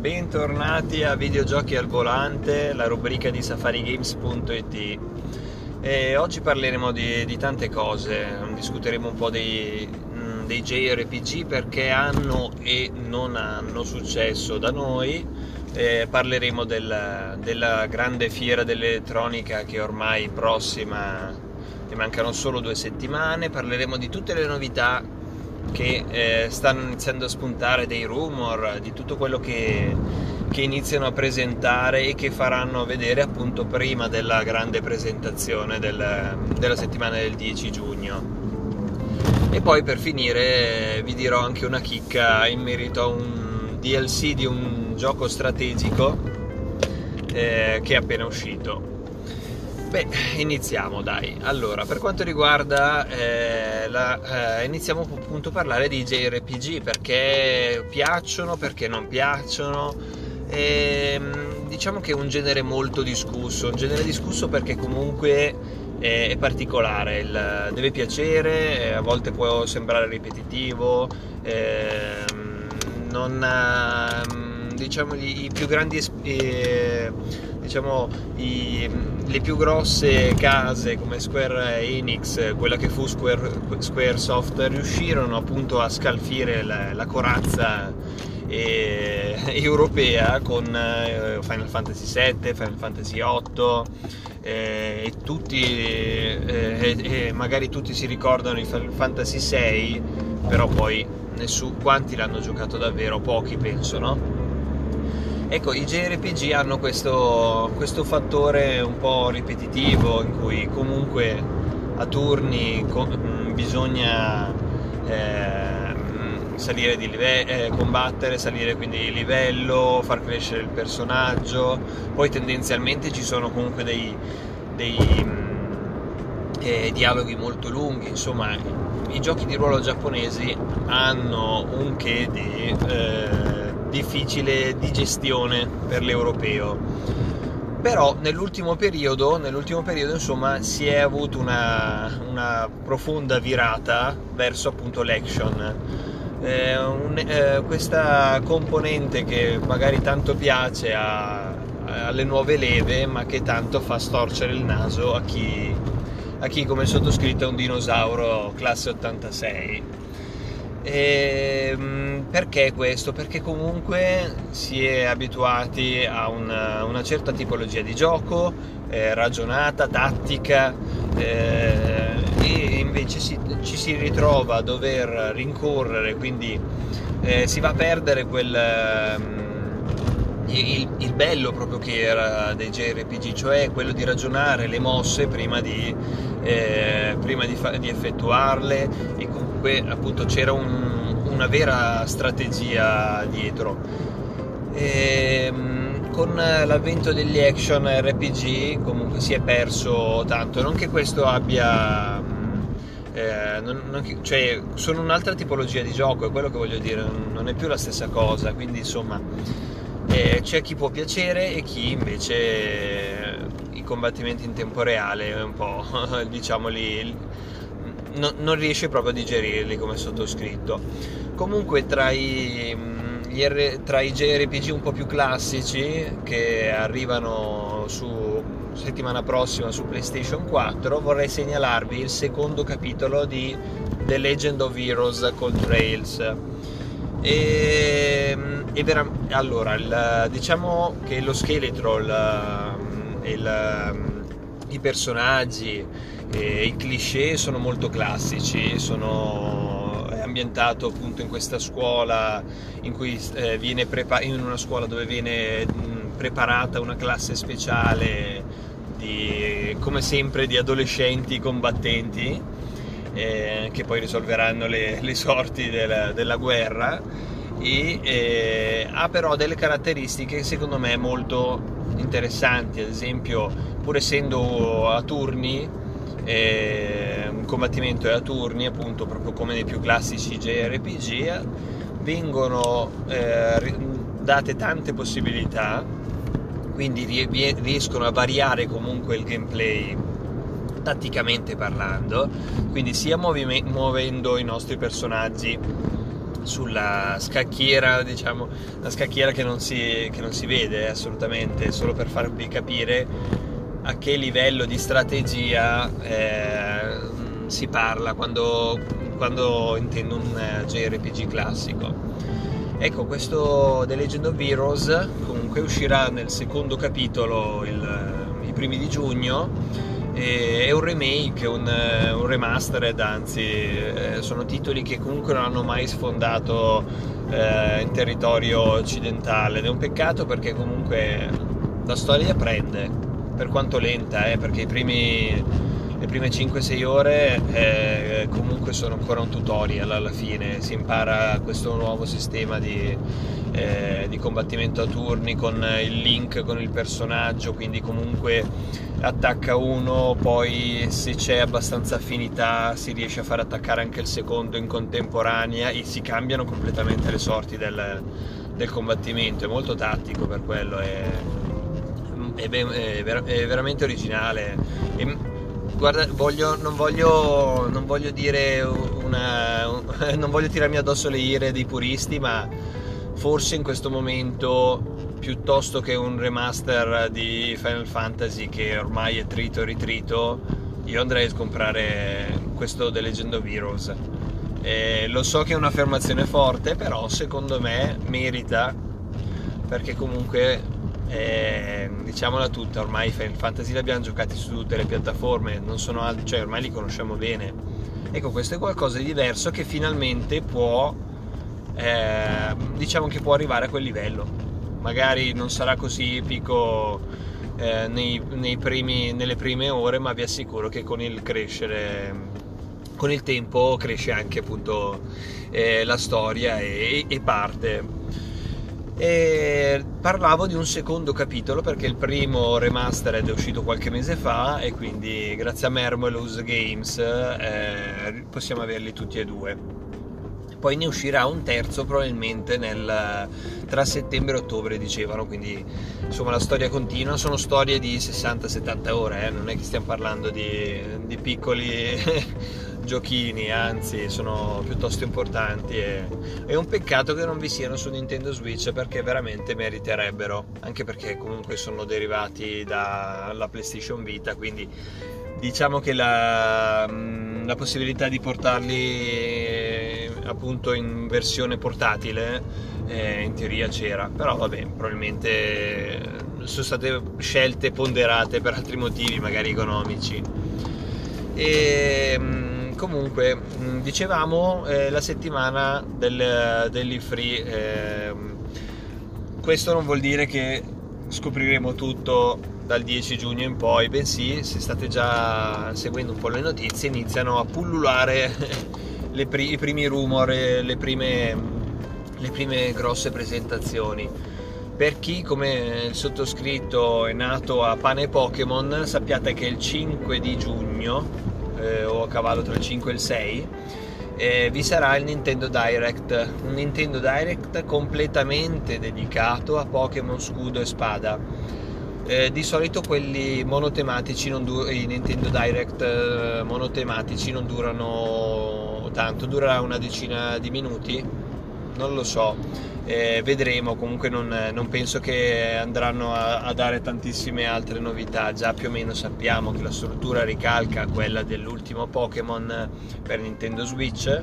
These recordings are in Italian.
bentornati a Videogiochi al Volante, la rubrica di safarigames.it. Oggi parleremo di tante cose, discuteremo un po' dei JRPG perché hanno e non hanno successo da noi, parleremo della grande fiera dell'elettronica che ormai è prossima, ne mancano solo 2 settimane, parleremo di tutte le novità che stanno iniziando a spuntare, dei rumor, di tutto quello che iniziano a presentare e che faranno vedere appunto prima della grande presentazione della settimana del 10 giugno. E poi per finire vi dirò anche una chicca in merito a un DLC di un gioco strategico che è appena uscito. Beh, iniziamo dai. Allora, per quanto riguarda iniziamo appunto a parlare di JRPG, perché piacciono, perché non piacciono. Diciamo che è un genere molto discusso, perché comunque è particolare, deve piacere, a volte può sembrare ripetitivo, diciamo i più grandi le più grosse case come Square Enix, quella che fu Squaresoft, riuscirono appunto a scalfire la corazza europea con Final Fantasy VII, Final Fantasy VIII e magari tutti si ricordano di Final Fantasy VI, però poi quanti l'hanno giocato davvero? Pochi, penso, no? Ecco, i JRPG hanno questo fattore un po' ripetitivo, in cui comunque a turni bisogna salire di livello, combattere, salire quindi di livello, far crescere il personaggio. Poi tendenzialmente ci sono comunque dei dialoghi molto lunghi. Insomma, i giochi di ruolo giapponesi hanno un che di difficile di gestione per l'europeo, però nell'ultimo periodo insomma si è avuto una profonda virata verso appunto l'action, questa componente che magari tanto piace alle nuove leve, ma che tanto fa storcere il naso a chi come il sottoscritto è un dinosauro classe 86. Perché questo? Perché comunque si è abituati a una certa tipologia di gioco, ragionata, tattica, e invece ci si ritrova a dover rincorrere, quindi si va a perdere il bello proprio che era dei JRPG, cioè quello di ragionare le mosse prima di effettuarle, e comunque appunto c'era una vera strategia dietro. Con l'avvento degli action RPG comunque si è perso tanto, non che questo abbia cioè sono un'altra tipologia di gioco, è quello che voglio dire, non è più la stessa cosa, quindi insomma c'è chi può piacere e chi invece i combattimenti in tempo reale un po' diciamoli non riesce proprio a digerirli come sottoscritto. Comunque tra i JRPG un po' più classici che arrivano settimana prossima su PlayStation 4 vorrei segnalarvi il secondo capitolo di The Legend of Heroes Cold Trails. Allora, diciamo che lo scheletro, i personaggi, i cliché sono molto classici, è ambientato appunto in questa scuola in cui in una scuola dove viene preparata una classe speciale come sempre di adolescenti combattenti, che poi risolveranno le sorti della guerra, e ha però delle caratteristiche secondo me molto interessanti. Ad esempio, pur essendo a turni, un combattimento è a turni, appunto proprio come nei più classici JRPG, vengono date tante possibilità, quindi riescono a variare comunque il gameplay tatticamente parlando, quindi sia muovendo i nostri personaggi sulla scacchiera, diciamo, una scacchiera che non si vede assolutamente, solo per farvi capire a che livello di strategia si parla quando intendo un JRPG classico. Ecco, questo The Legend of Heroes comunque uscirà nel secondo capitolo i primi di giugno. È un remake, un remastered, anzi sono titoli che comunque non hanno mai sfondato in territorio occidentale, ed è un peccato perché comunque la storia prende, per quanto lenta, perché le prime 5-6 ore comunque sono ancora un tutorial. Alla fine si impara questo nuovo sistema di combattimento a turni con il link con il personaggio, quindi comunque attacca uno, poi se c'è abbastanza affinità si riesce a far attaccare anche il secondo in contemporanea e si cambiano completamente le sorti del combattimento. È molto tattico, per quello è veramente originale. Guarda, non voglio dire non voglio tirarmi addosso le ire dei puristi, ma forse in questo momento, piuttosto che un remaster di Final Fantasy che ormai è trito e ritrito, io andrei a comprare questo The Legend of Heroes. Lo so che è un'affermazione forte, però secondo me merita, perché comunque diciamola tutta, ormai Final Fantasy li abbiamo giocati su tutte le piattaforme, non sono cioè ormai li conosciamo bene. Ecco, questo è qualcosa di diverso che finalmente può diciamo che può arrivare a quel livello. Magari non sarà così epico nelle prime ore, ma vi assicuro che con il tempo cresce anche appunto la storia e parte. Parlavo di un secondo capitolo perché il primo remastered è uscito qualche mese fa e quindi grazie a Mermolus Games possiamo averli tutti e due. Poi ne uscirà un terzo probabilmente tra settembre e ottobre, dicevano, quindi insomma la storia continua. Sono storie di 60-70 ore, non è che stiamo parlando di piccoli giochini, anzi sono piuttosto importanti. È un peccato che non vi siano su Nintendo Switch, perché veramente meriterebbero, anche perché comunque sono derivati dalla PlayStation Vita, quindi diciamo che la possibilità di portarli appunto in versione portatile in teoria c'era, però vabbè, probabilmente sono state scelte ponderate per altri motivi, magari economici. E comunque dicevamo la settimana degli free, questo non vuol dire che scopriremo tutto dal 10 giugno in poi, bensì, se state già seguendo un po' le notizie, iniziano a pullulare i primi rumor, le prime grosse presentazioni. Per chi come il sottoscritto è nato a pane Pokémon, sappiate che il 5 di giugno o a cavallo tra il 5 e il 6 vi sarà il Nintendo Direct, un Nintendo Direct completamente dedicato a Pokémon Scudo e Spada. Di solito quelli monotematici i Nintendo Direct monotematici non durano tanto, durerà una decina di minuti, non lo so, vedremo. Comunque non penso che andranno a dare tantissime altre novità, già più o meno sappiamo che la struttura ricalca quella dell'ultimo Pokémon per Nintendo Switch,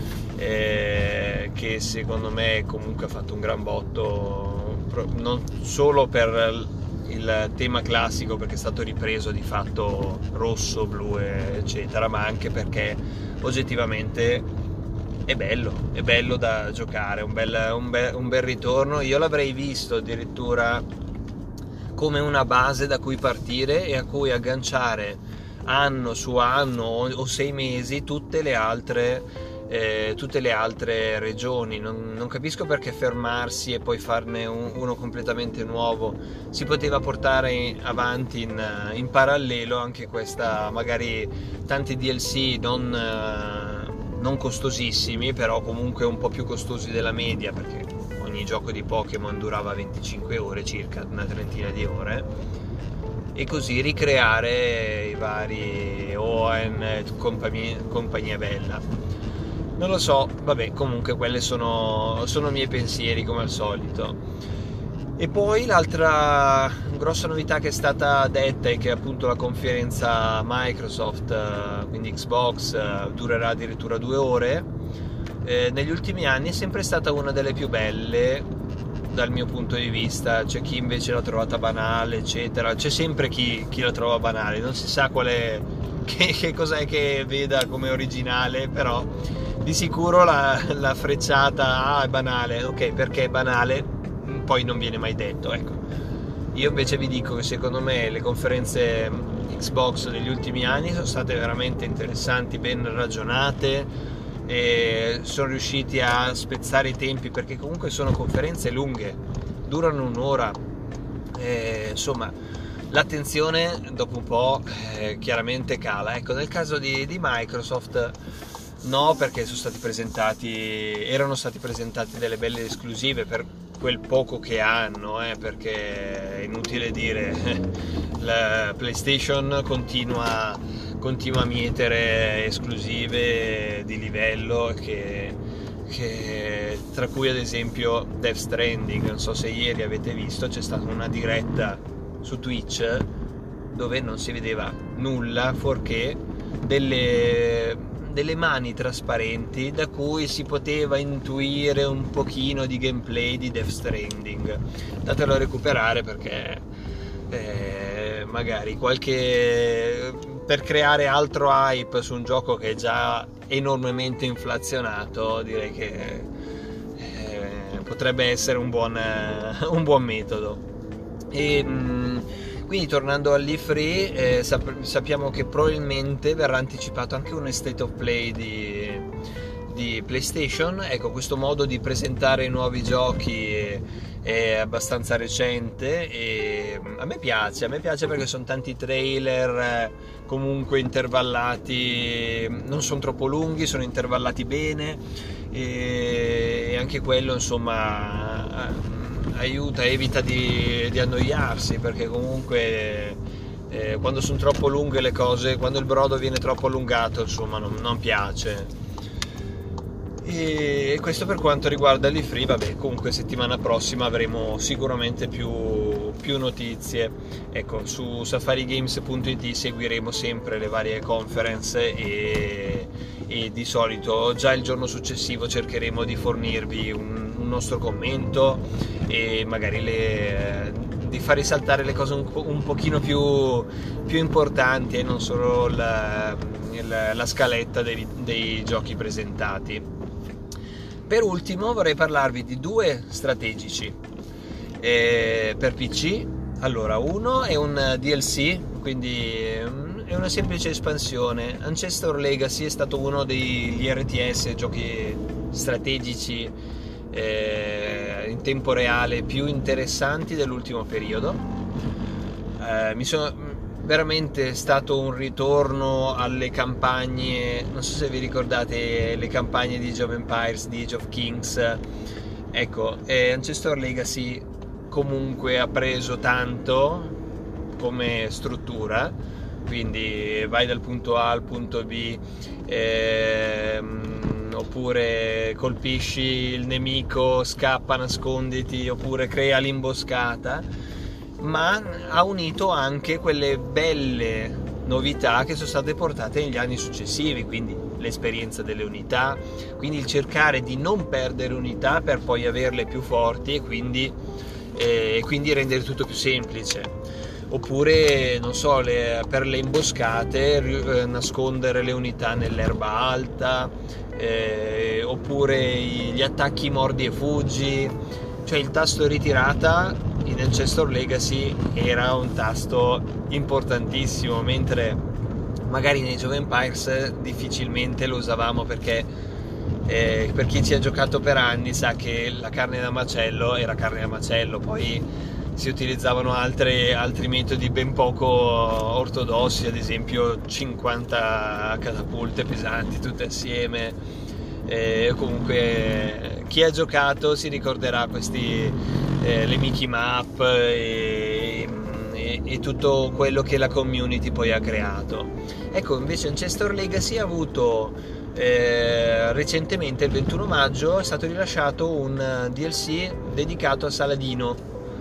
che secondo me comunque ha fatto un gran botto, non solo per il tema classico, perché è stato ripreso di fatto rosso, blu eccetera, ma anche perché oggettivamente è bello da giocare, un bel ritorno. Io l'avrei visto addirittura come una base da cui partire e a cui agganciare anno su anno o 6 mesi tutte le altre regioni. Non capisco perché fermarsi e poi farne uno completamente nuovo. Si poteva portare avanti in parallelo anche questa, magari tanti DLC non costosissimi, però comunque un po' più costosi della media, perché ogni gioco di Pokémon durava 25 ore circa, una trentina di ore, e così ricreare i vari Oen e compagnia bella. Non lo so, vabbè, comunque quelli sono miei pensieri come al solito. E poi l'altra grossa novità che è stata detta è che appunto la conferenza Microsoft, quindi Xbox, durerà addirittura 2 ore. Negli ultimi anni è sempre stata una delle più belle dal mio punto di vista. C'è chi invece l'ha trovata banale, eccetera. C'è sempre chi la trova banale, non si sa che cos'è che veda come originale, però di sicuro la frecciata è banale. Ok, perché è banale? Poi non viene mai detto, ecco. Io invece vi dico che secondo me le conferenze Xbox degli ultimi anni sono state veramente interessanti, ben ragionate, e sono riusciti a spezzare i tempi, perché comunque sono conferenze lunghe, durano un'ora, insomma l'attenzione dopo un po' chiaramente cala. Ecco, nel caso di Microsoft no, perché erano stati presentati delle belle esclusive per quel poco che hanno, perché è inutile dire, la PlayStation continua a mietere esclusive di livello, tra cui ad esempio Death Stranding. Non so se ieri avete visto, c'è stata una diretta su Twitch dove non si vedeva nulla fuorché delle mani trasparenti da cui si poteva intuire un pochino di gameplay di Death Stranding. Datelo a recuperare, perché magari per creare altro hype su un gioco che è già enormemente inflazionato, direi che potrebbe essere un buon metodo. Quindi tornando all'E3, sappiamo che probabilmente verrà anticipato anche un State of Play di PlayStation. Ecco, questo modo di presentare nuovi giochi è abbastanza recente e a me piace perché sono tanti trailer comunque intervallati, non sono troppo lunghi, sono intervallati bene, e anche quello insomma aiuta, evita di annoiarsi, perché comunque quando sono troppo lunghe le cose, quando il brodo viene troppo allungato, insomma non piace. E questo per quanto riguarda l'E3. Vabbè, comunque settimana prossima avremo sicuramente più notizie. Ecco, su safarigames.it seguiremo sempre le varie conference e di solito già il giorno successivo cercheremo di fornirvi un nostro commento e magari di far risaltare le cose un pochino più importanti, e non solo la scaletta dei giochi presentati. Per ultimo vorrei parlarvi di 2 strategici per PC. Allora, uno è un DLC, quindi è una semplice espansione. Ancestor Legacy è stato uno degli RTS, giochi strategici in tempo reale più interessanti dell'ultimo periodo. Veramente stato un ritorno alle campagne, non so se vi ricordate le campagne di Age of Empires, di Age of Kings. Ecco, Ancestor Legacy comunque ha preso tanto come struttura, quindi vai dal punto A al punto B, oppure colpisci il nemico, scappa, nasconditi, oppure crea l'imboscata, ma ha unito anche quelle belle novità che sono state portate negli anni successivi, quindi l'esperienza delle unità, quindi il cercare di non perdere unità per poi averle più forti e quindi rendere tutto più semplice. Oppure, non so, per le imboscate nascondere le unità nell'erba alta, oppure gli attacchi mordi e fuggi, cioè il tasto ritirata in Ancestor Legacy era un tasto importantissimo, mentre magari nei Age of Empires difficilmente lo usavamo, perché per chi ci ha giocato per anni sa che la carne da macello era carne da macello, poi si utilizzavano altri metodi ben poco ortodossi, ad esempio 50 catapulte pesanti tutte assieme. Comunque chi ha giocato si ricorderà le Mickey Map e tutto quello che la community poi ha creato. Ecco, invece Ancestor Legacy ha avuto recentemente, il 21 maggio, è stato rilasciato un DLC dedicato a Saladino,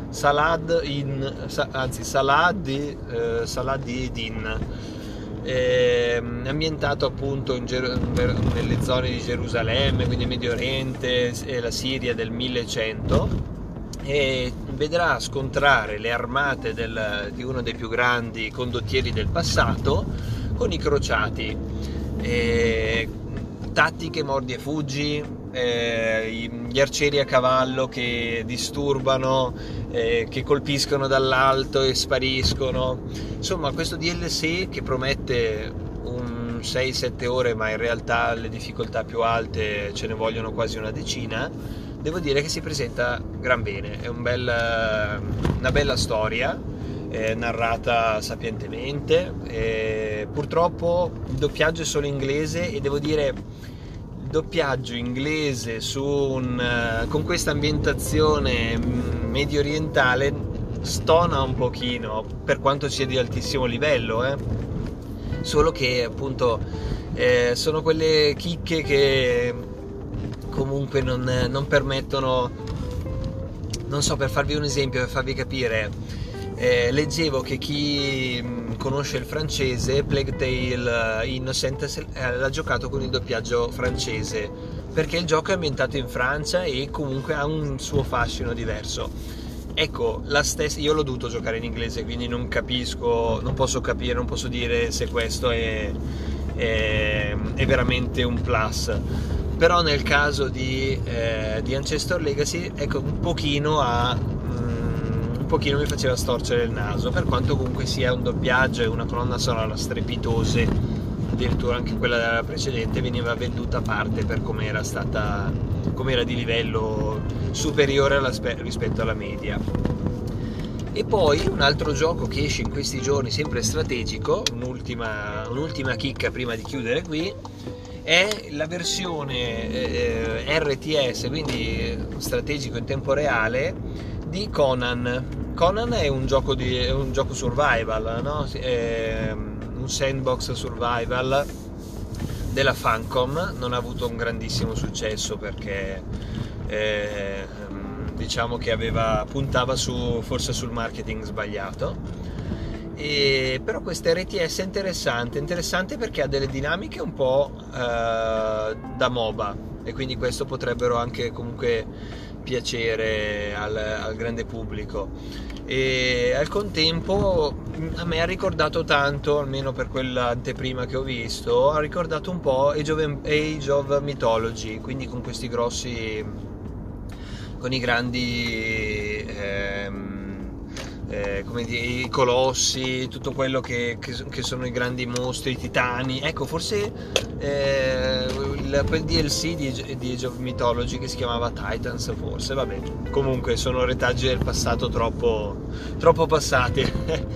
Saladin, ambientato appunto nelle zone di Gerusalemme, quindi Medio Oriente e la Siria del 1100, e vedrà scontrare le armate di uno dei più grandi condottieri del passato con i crociati. Tattiche, mordi e fuggi, gli arcieri a cavallo che disturbano, che colpiscono dall'alto e spariscono. Insomma, questo DLC che promette un 6-7 ore, ma in realtà le difficoltà più alte ce ne vogliono quasi una decina, devo dire che si presenta gran bene. È una bella storia, narrata sapientemente. Purtroppo il doppiaggio è solo inglese, e devo dire, il doppiaggio inglese con questa ambientazione medio orientale stona un pochino, per quanto sia di altissimo livello, solo che appunto sono quelle chicche che comunque non permettono. Non so, per farvi un esempio, per farvi capire, leggevo che chi conosce il francese, Plague Tale Innocent l'ha giocato con il doppiaggio francese, perché il gioco è ambientato in Francia e comunque ha un suo fascino diverso. Ecco, io l'ho dovuto giocare in inglese, quindi non posso capire, non posso dire se questo è veramente un plus. Però nel caso di Ancestor Legacy, ecco, un pochino mi faceva storcere il naso, per quanto comunque sia un doppiaggio e una colonna sonora strepitose. Addirittura anche quella precedente veniva venduta a parte per come era di livello superiore rispetto alla media. E poi un altro gioco che esce in questi giorni, sempre strategico, un'ultima chicca prima di chiudere qui, è la versione RTS, quindi strategico in tempo reale, di Conan. Conan è un gioco survival, no? È un sandbox survival della Funcom. Non ha avuto un grandissimo successo perché diciamo che puntava forse sul marketing sbagliato. Però questa RTS è interessante perché ha delle dinamiche un po' da MOBA, e quindi questo potrebbero anche comunque piacere al grande pubblico. E al contempo a me ha ricordato tanto, almeno per quell'anteprima che ho visto, ha ricordato un po' Age of Mythology, quindi con questi grossi, con i grandi come dire, i colossi, tutto quello che sono i grandi mostri, i titani. Ecco, forse quel DLC di Age of Mythology che si chiamava Titans, forse, vabbè, comunque sono retaggi del passato troppo passati.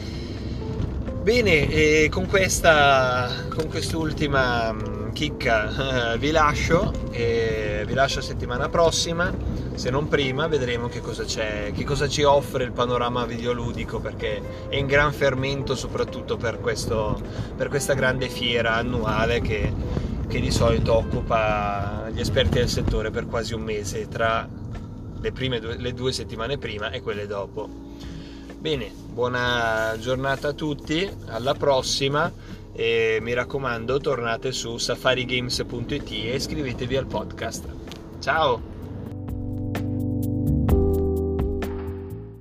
Bene, e con quest'ultima chicca vi lascio settimana prossima. Se non prima, vedremo che cosa ci offre il panorama videoludico, perché è in gran fermento soprattutto per questa grande fiera annuale che di solito occupa gli esperti del settore per quasi un mese, tra le 2 settimane prima e quelle dopo. Bene, buona giornata a tutti, alla prossima, e mi raccomando, tornate su safarigames.it e iscrivetevi al podcast. Ciao!